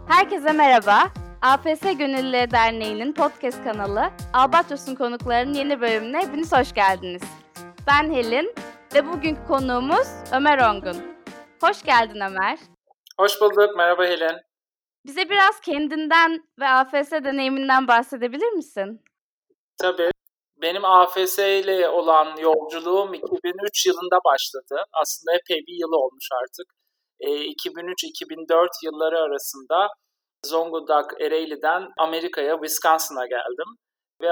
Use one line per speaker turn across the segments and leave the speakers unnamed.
Herkese merhaba. AFS Gönüllüleri Derneği'nin podcast kanalı Albatros'un konuklarının yeni bölümüne hepiniz hoş geldiniz. Ben Helin ve bugünkü konuğumuz Ömer Ongun. Hoş geldin Ömer.
Hoş bulduk, merhaba Helin.
Bize biraz kendinden ve AFS deneyiminden bahsedebilir misin?
Tabii. Benim AFS ile olan yolculuğum 2003 yılında başladı. Aslında epey bir yıl olmuş artık. 2003-2004 yılları arasında Zonguldak, Ereğli'den Amerika'ya, Wisconsin'a geldim. Ve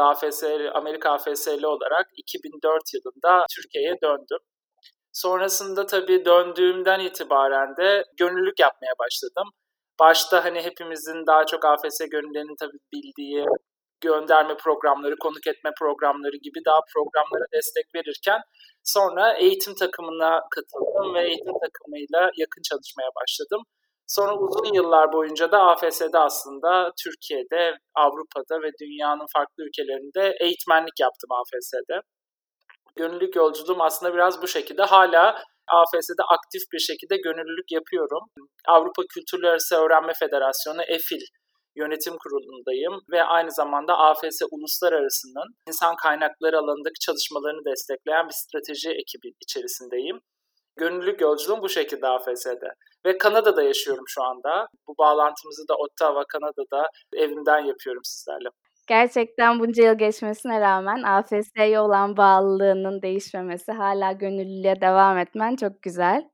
Amerika AFS'li olarak 2004 yılında Türkiye'ye döndüm. Sonrasında tabii döndüğümden itibaren de gönüllülük yapmaya başladım. Başta hepimizin daha çok AFS gönüllülerinin tabii bildiği gönderme programları, konuk etme programları gibi daha programlara destek verirken sonra eğitim takımına katıldım ve eğitim takımıyla yakın çalışmaya başladım. Sonra uzun yıllar boyunca da AFS'de aslında Türkiye'de, Avrupa'da ve dünyanın farklı ülkelerinde eğitmenlik yaptım AFS'de. Gönüllülük yolculuğum aslında biraz bu şekilde. Hala AFS'de aktif bir şekilde gönüllülük yapıyorum. Avrupa Kültürler Arası Öğrenme Federasyonu EFİL yönetim kurulundayım ve aynı zamanda AFS Uluslararası'nın insan kaynakları alanındaki çalışmalarını destekleyen bir strateji ekibi içerisindeyim. Gönüllülük yolculuğum bu şekilde AFS'de. Ve Kanada'da yaşıyorum şu anda. Bu bağlantımızı da Ottawa, Kanada'da evimden yapıyorum sizlerle.
Gerçekten bunca yıl geçmesine rağmen AFS'ye olan bağlılığının değişmemesi, hala gönüllülüğe devam etmen çok güzel.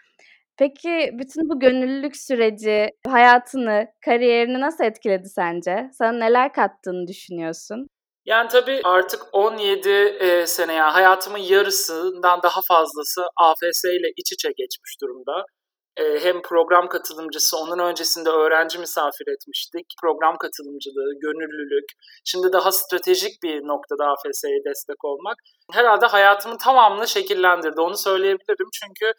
Peki bütün bu gönüllülük süreci hayatını, kariyerini nasıl etkiledi sence? Sana neler kattığını düşünüyorsun?
Yani tabii artık 17 sene, yani hayatımın yarısından daha fazlası AFS ile iç içe geçmiş durumda. Hem program katılımcısı, onun öncesinde öğrenci misafir etmiştik. Program katılımcılığı, gönüllülük, şimdi daha stratejik bir noktada AFS'ye destek olmak. Herhalde hayatımın tamamını şekillendirdi, onu söyleyebilirim. Çünkü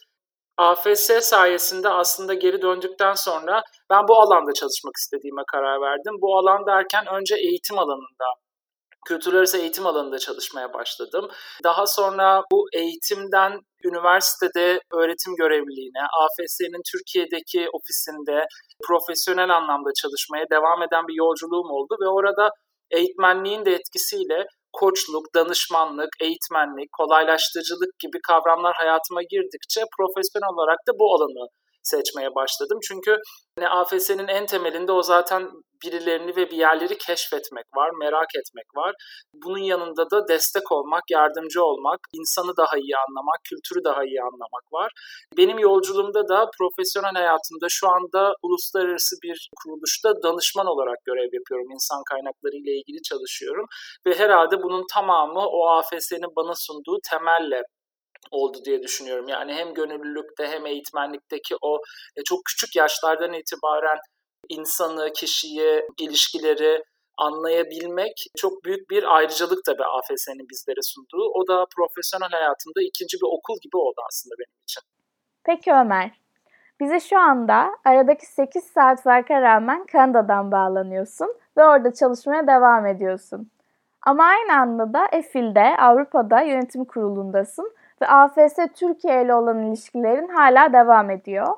AFS sayesinde aslında geri döndükten sonra ben bu alanda çalışmak istediğime karar verdim. Bu alan derken önce eğitim alanında, kültürler arası eğitim alanında çalışmaya başladım. Daha sonra bu eğitimden üniversitede öğretim görevliliğine, AFS'nin Türkiye'deki ofisinde profesyonel anlamda çalışmaya devam eden bir yolculuğum oldu ve orada eğitmenliğin de etkisiyle koçluk, danışmanlık, eğitmenlik, kolaylaştırıcılık gibi kavramlar hayatıma girdikçe profesyonel olarak da bu alanı seçmeye başladım. Çünkü AFS'nin en temelinde o zaten birilerini ve bir yerleri keşfetmek var, merak etmek var. Bunun yanında da destek olmak, yardımcı olmak, insanı daha iyi anlamak, kültürü daha iyi anlamak var. Benim yolculuğumda da profesyonel hayatımda şu anda uluslararası bir kuruluşta danışman olarak görev yapıyorum. İnsan kaynakları ile ilgili çalışıyorum ve herhalde bunun tamamı o AFS'nin bana sunduğu temelle oldu diye düşünüyorum. Yani hem gönüllülükte hem eğitmenlikteki o çok küçük yaşlardan itibaren insanı, kişiyi, ilişkileri anlayabilmek çok büyük bir ayrıcalık tabii AFS'nin bizlere sunduğu. O da profesyonel hayatımda ikinci bir okul gibi oldu aslında benim için.
Peki Ömer, bize şu anda aradaki 8 saat farka rağmen Kanada'dan bağlanıyorsun ve orada çalışmaya devam ediyorsun. Ama aynı anda da EFİL'de, Avrupa'da yönetim kurulundasın ve AFS Türkiye ile olan ilişkilerin hala devam ediyor.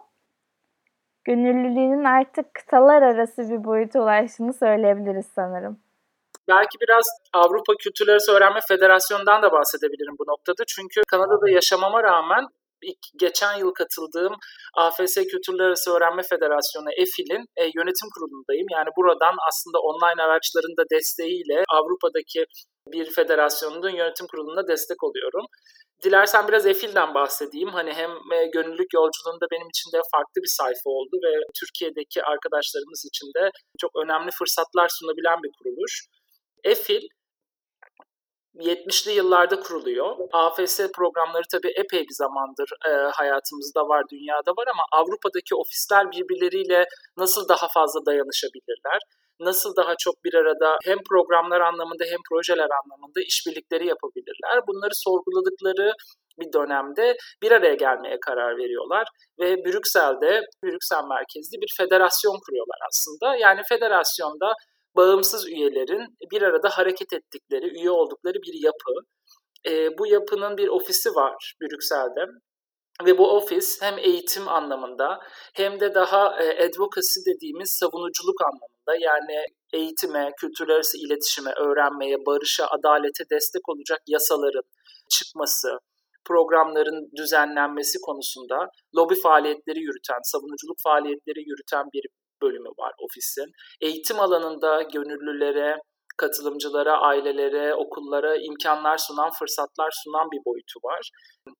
Gönüllülüğünün artık kıtalar arası bir boyuta ulaştığını söyleyebiliriz sanırım.
Belki biraz Avrupa Kültürler Arası Öğrenme Federasyonu'ndan da bahsedebilirim bu noktada. Çünkü Kanada'da yaşamama rağmen geçen yıl katıldığım AFS Kültürler Arası Öğrenme Federasyonu EFİL'in yönetim kurulundayım. Yani buradan aslında online araçların da desteğiyle Avrupa'daki bir federasyonun yönetim kuruluna destek oluyorum. Dilersen biraz EFİL'den bahsedeyim. Hem gönüllülük yolculuğunda benim için de farklı bir sayfa oldu ve Türkiye'deki arkadaşlarımız için de çok önemli fırsatlar sunabilen bir kuruluş. EFİL 70'li yıllarda kuruluyor. AFS programları tabii epey bir zamandır hayatımızda var, dünyada var ama Avrupa'daki ofisler birbirleriyle nasıl daha fazla dayanışabilirler? Nasıl daha çok bir arada hem programlar anlamında hem projeler anlamında işbirlikleri yapabilirler? Bunları sorguladıkları bir dönemde bir araya gelmeye karar veriyorlar ve Brüksel merkezli bir federasyon kuruyorlar aslında. Yani federasyonda bağımsız üyelerin bir arada hareket ettikleri, üye oldukları bir yapı. Bu yapının bir ofisi var Brüksel'de. Ve bu ofis hem eğitim anlamında hem de daha advocacy dediğimiz savunuculuk anlamında, yani eğitime, kültürler arası iletişime, öğrenmeye, barışa, adalete destek olacak yasaların çıkması, programların düzenlenmesi konusunda lobi faaliyetleri yürüten, savunuculuk faaliyetleri yürüten bir bölümü var ofisin. Eğitim alanında gönüllülere, katılımcılara, ailelere, okullara imkanlar sunan, fırsatlar sunan bir boyutu var.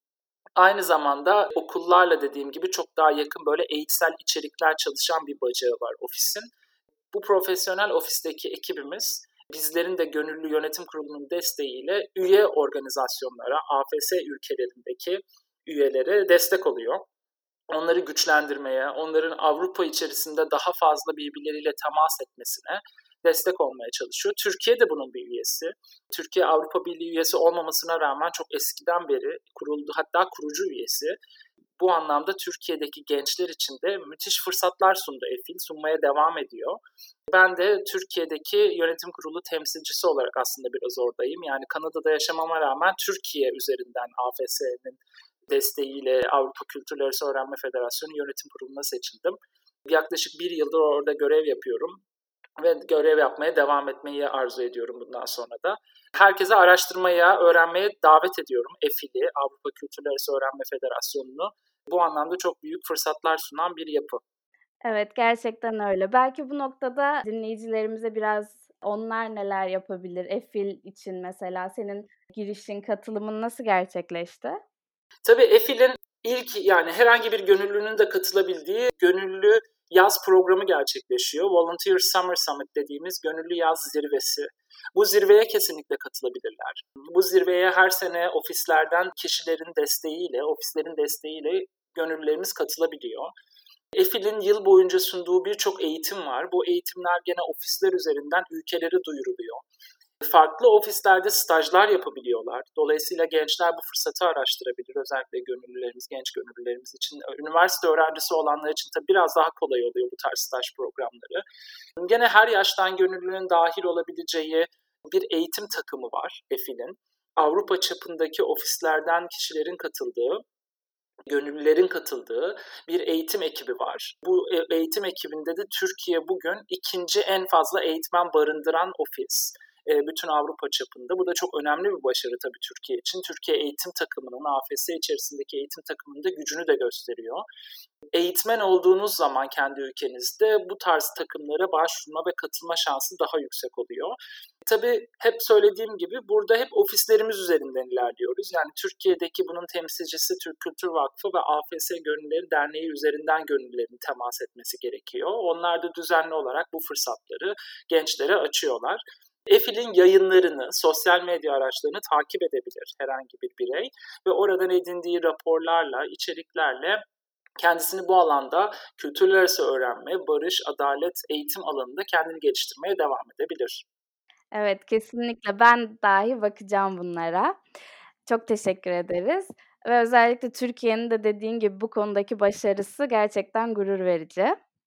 Aynı zamanda okullarla dediğim gibi çok daha yakın böyle eğitsel içerikler çalışan bir bacağı var ofisin. Bu profesyonel ofisteki ekibimiz bizlerin de gönüllü yönetim kurulunun desteğiyle üye organizasyonlara, AFS ülkelerindeki üyelere destek oluyor. Onları güçlendirmeye, onların Avrupa içerisinde daha fazla birbirleriyle temas etmesine destek olmaya çalışıyor. Türkiye de bunun bir üyesi. Türkiye Avrupa Birliği üyesi olmamasına rağmen çok eskiden beri kuruldu, hatta kurucu üyesi. Bu anlamda Türkiye'deki gençler için de müthiş fırsatlar sundu EFİL, sunmaya devam ediyor. Ben de Türkiye'deki yönetim kurulu temsilcisi olarak aslında biraz oradayım. Yani Kanada'da yaşamama rağmen Türkiye üzerinden AFS'nin desteğiyle Avrupa Kültürler Arası Öğrenme Federasyonu Yönetim Kurulu'na seçildim. Yaklaşık bir yıldır orada görev yapıyorum ve görev yapmaya devam etmeyi arzu ediyorum bundan sonra da. Herkese araştırmaya, öğrenmeye davet ediyorum EFİL'i, Avrupa Kültürler Arası Öğrenme Federasyonu'nu. Bu anlamda çok büyük fırsatlar sunan bir yapı.
Evet, gerçekten öyle. Belki bu noktada dinleyicilerimize biraz onlar neler yapabilir? EFİL için mesela senin girişin, katılımın nasıl gerçekleşti?
Tabii EFİL'in ilk, yani herhangi bir gönüllünün de katılabildiği gönüllü yaz programı gerçekleşiyor. Volunteer Summer Summit dediğimiz gönüllü yaz zirvesi. Bu zirveye kesinlikle katılabilirler. Bu zirveye her sene ofislerden kişilerin desteğiyle, ofislerin desteğiyle gönüllülerimiz katılabiliyor. EFİL'in yıl boyunca sunduğu birçok eğitim var. Bu eğitimler gene ofisler üzerinden ülkelere duyuruluyor. Farklı ofislerde stajlar yapabiliyorlar. Dolayısıyla gençler bu fırsatı araştırabilir. Özellikle gönüllülerimiz, genç gönüllülerimiz için. Üniversite öğrencisi olanlar için tabii biraz daha kolay oluyor bu tarz staj programları. Gene her yaştan gönüllünün dahil olabileceği bir eğitim takımı var EFİL'in. Avrupa çapındaki ofislerden kişilerin katıldığı, gönüllülerin katıldığı bir eğitim ekibi var. Bu eğitim ekibinde de Türkiye bugün ikinci en fazla eğitmen barındıran ofis. Bütün Avrupa çapında. Bu da çok önemli bir başarı tabii Türkiye için. Türkiye eğitim takımının, AFS içerisindeki eğitim takımının da gücünü de gösteriyor. Eğitmen olduğunuz zaman kendi ülkenizde bu tarz takımlara başvurma ve katılma şansı daha yüksek oluyor. Tabii hep söylediğim gibi burada hep ofislerimiz üzerinden ilerliyoruz. Yani Türkiye'deki bunun temsilcisi Türk Kültür Vakfı ve AFS Gönülleri Derneği üzerinden gönüllülerin temas etmesi gerekiyor. Onlar da düzenli olarak bu fırsatları gençlere açıyorlar. EFİL'in yayınlarını, sosyal medya araçlarını takip edebilir herhangi bir birey ve oradan edindiği raporlarla, içeriklerle kendisini bu alanda kültürler arası öğrenme, barış, adalet, eğitim alanında kendini geliştirmeye devam edebilir.
Evet, kesinlikle. Ben dahi bakacağım bunlara. Çok teşekkür ederiz ve özellikle Türkiye'nin de dediğin gibi bu konudaki başarısı gerçekten gurur verici.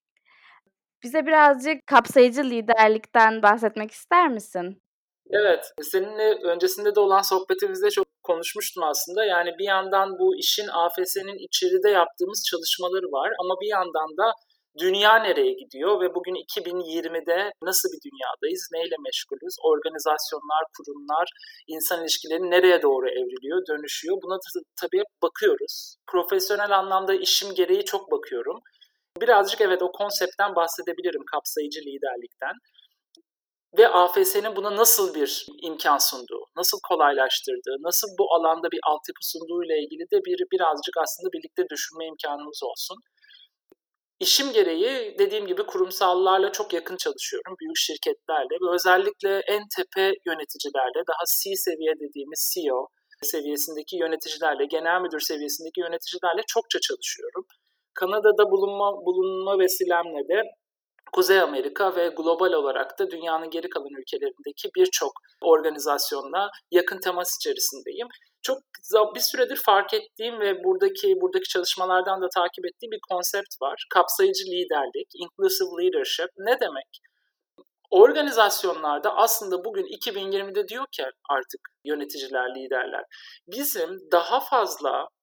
Bize birazcık kapsayıcı liderlikten bahsetmek ister misin?
Evet, seninle öncesinde de olan sohbetimizde çok konuşmuştum aslında. Yani bir yandan bu işin AFS'nin içeride yaptığımız çalışmaları var ama bir yandan da dünya nereye gidiyor ve bugün 2020'de nasıl bir dünyadayız, neyle meşgulüz, organizasyonlar, kurumlar, insan ilişkileri nereye doğru evriliyor, dönüşüyor. Buna tabii hep bakıyoruz. Profesyonel anlamda işim gereği çok bakıyorum. Birazcık evet o konseptten bahsedebilirim, kapsayıcı liderlikten. Ve AFS'nin buna nasıl bir imkan sunduğu, nasıl kolaylaştırdığı, nasıl bu alanda bir altyapı sunduğu ile ilgili de birazcık aslında birlikte düşünme imkanımız olsun. İşim gereği dediğim gibi kurumsallarla çok yakın çalışıyorum, büyük şirketlerle ve özellikle en tepe yöneticilerle, daha C seviye dediğimiz CEO seviyesindeki yöneticilerle, genel müdür seviyesindeki yöneticilerle çokça çalışıyorum. Kanada'da bulunma vesilemle de Kuzey Amerika ve global olarak da dünyanın geri kalan ülkelerindeki birçok organizasyonla yakın temas içerisindeyim. Çok bir süredir fark ettiğim ve buradaki çalışmalardan da takip ettiğim bir konsept var. Kapsayıcı liderlik, inclusive leadership. Ne demek? Organizasyonlarda aslında bugün 2020'de diyor ki artık yöneticiler, liderler, bizim daha fazla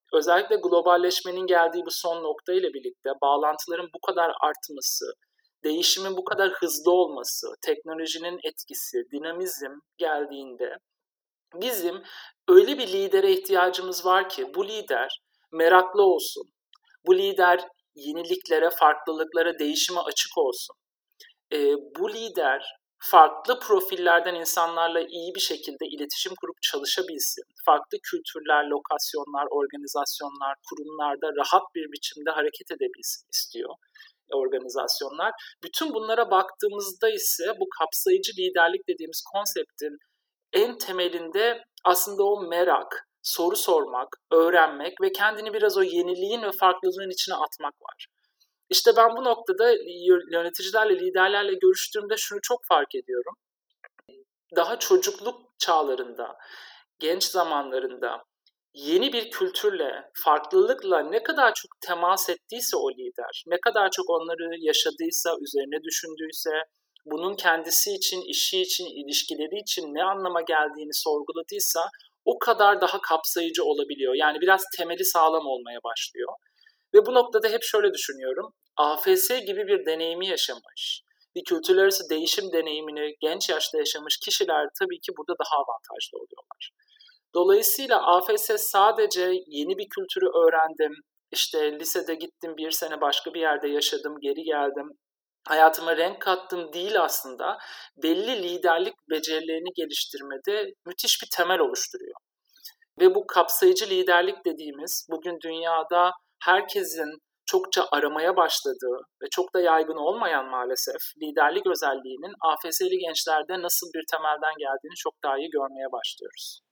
özellikle globalleşmenin geldiği bu son nokta ile birlikte bağlantıların bu kadar artması, değişimin bu kadar hızlı olması, teknolojinin etkisi, dinamizm geldiğinde bizim öyle bir lidere ihtiyacımız var ki bu lider meraklı olsun, bu lider yeniliklere, farklılıklara, değişime açık olsun. Bu lider farklı profillerden insanlarla iyi bir şekilde iletişim kurup çalışabilsin. Farklı kültürler, lokasyonlar, organizasyonlar, kurumlarda rahat bir biçimde hareket edebilsin istiyor organizasyonlar. Bütün bunlara baktığımızda ise bu kapsayıcı liderlik dediğimiz konseptin en temelinde aslında o merak, soru sormak, öğrenmek ve kendini biraz o yeniliğin ve farklılığın içine atmak var. İşte ben bu noktada yöneticilerle, liderlerle görüştüğümde şunu çok fark ediyorum. Daha çocukluk çağlarında, genç zamanlarında yeni bir kültürle, farklılıkla ne kadar çok temas ettiyse o lider, ne kadar çok onları yaşadıysa, üzerine düşündüyse, bunun kendisi için, işi için, ilişkileri için ne anlama geldiğini sorguladıysa o kadar daha kapsayıcı olabiliyor. Yani biraz temeli sağlam olmaya başlıyor. Ve bu noktada hep şöyle düşünüyorum. AFS gibi bir deneyimi yaşamış, bir kültürler arası değişim deneyimini genç yaşta yaşamış kişiler tabii ki burada daha avantajlı oluyorlar. Dolayısıyla AFS sadece yeni bir kültürü öğrendim, işte lisede gittim bir sene başka bir yerde yaşadım, geri geldim, hayatıma renk kattım değil aslında, belli liderlik becerilerini geliştirmede müthiş bir temel oluşturuyor. Ve bu kapsayıcı liderlik dediğimiz bugün dünyada herkesin çokça aramaya başladığı ve çok da yaygın olmayan maalesef liderlik özelliğinin AFS'li gençlerde nasıl bir temelden geldiğini çok daha iyi görmeye başlıyoruz.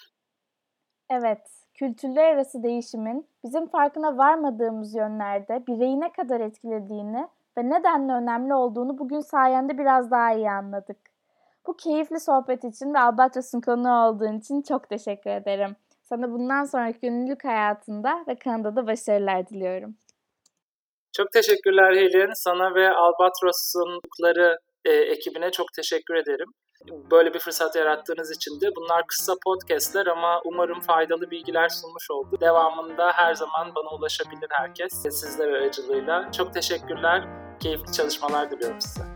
Evet, kültürler arası değişimin bizim farkına varmadığımız yönlerde bireyi ne kadar etkilediğini ve nedenle önemli olduğunu bugün sayende biraz daha iyi anladık. Bu keyifli sohbet için ve Albatros'un konuğu olduğun için çok teşekkür ederim. Sana bundan sonraki günlük hayatında ve Kanada'da başarılar diliyorum.
Çok teşekkürler Helin. Sana ve Albatros'un ekibine çok teşekkür ederim. Böyle bir fırsat yarattığınız için de bunlar kısa podcastler ama umarım faydalı bilgiler sunmuş oldu. Devamında her zaman bana ulaşabilir herkes sizler aracılığıyla. Çok teşekkürler. Keyifli çalışmalar diliyorum size.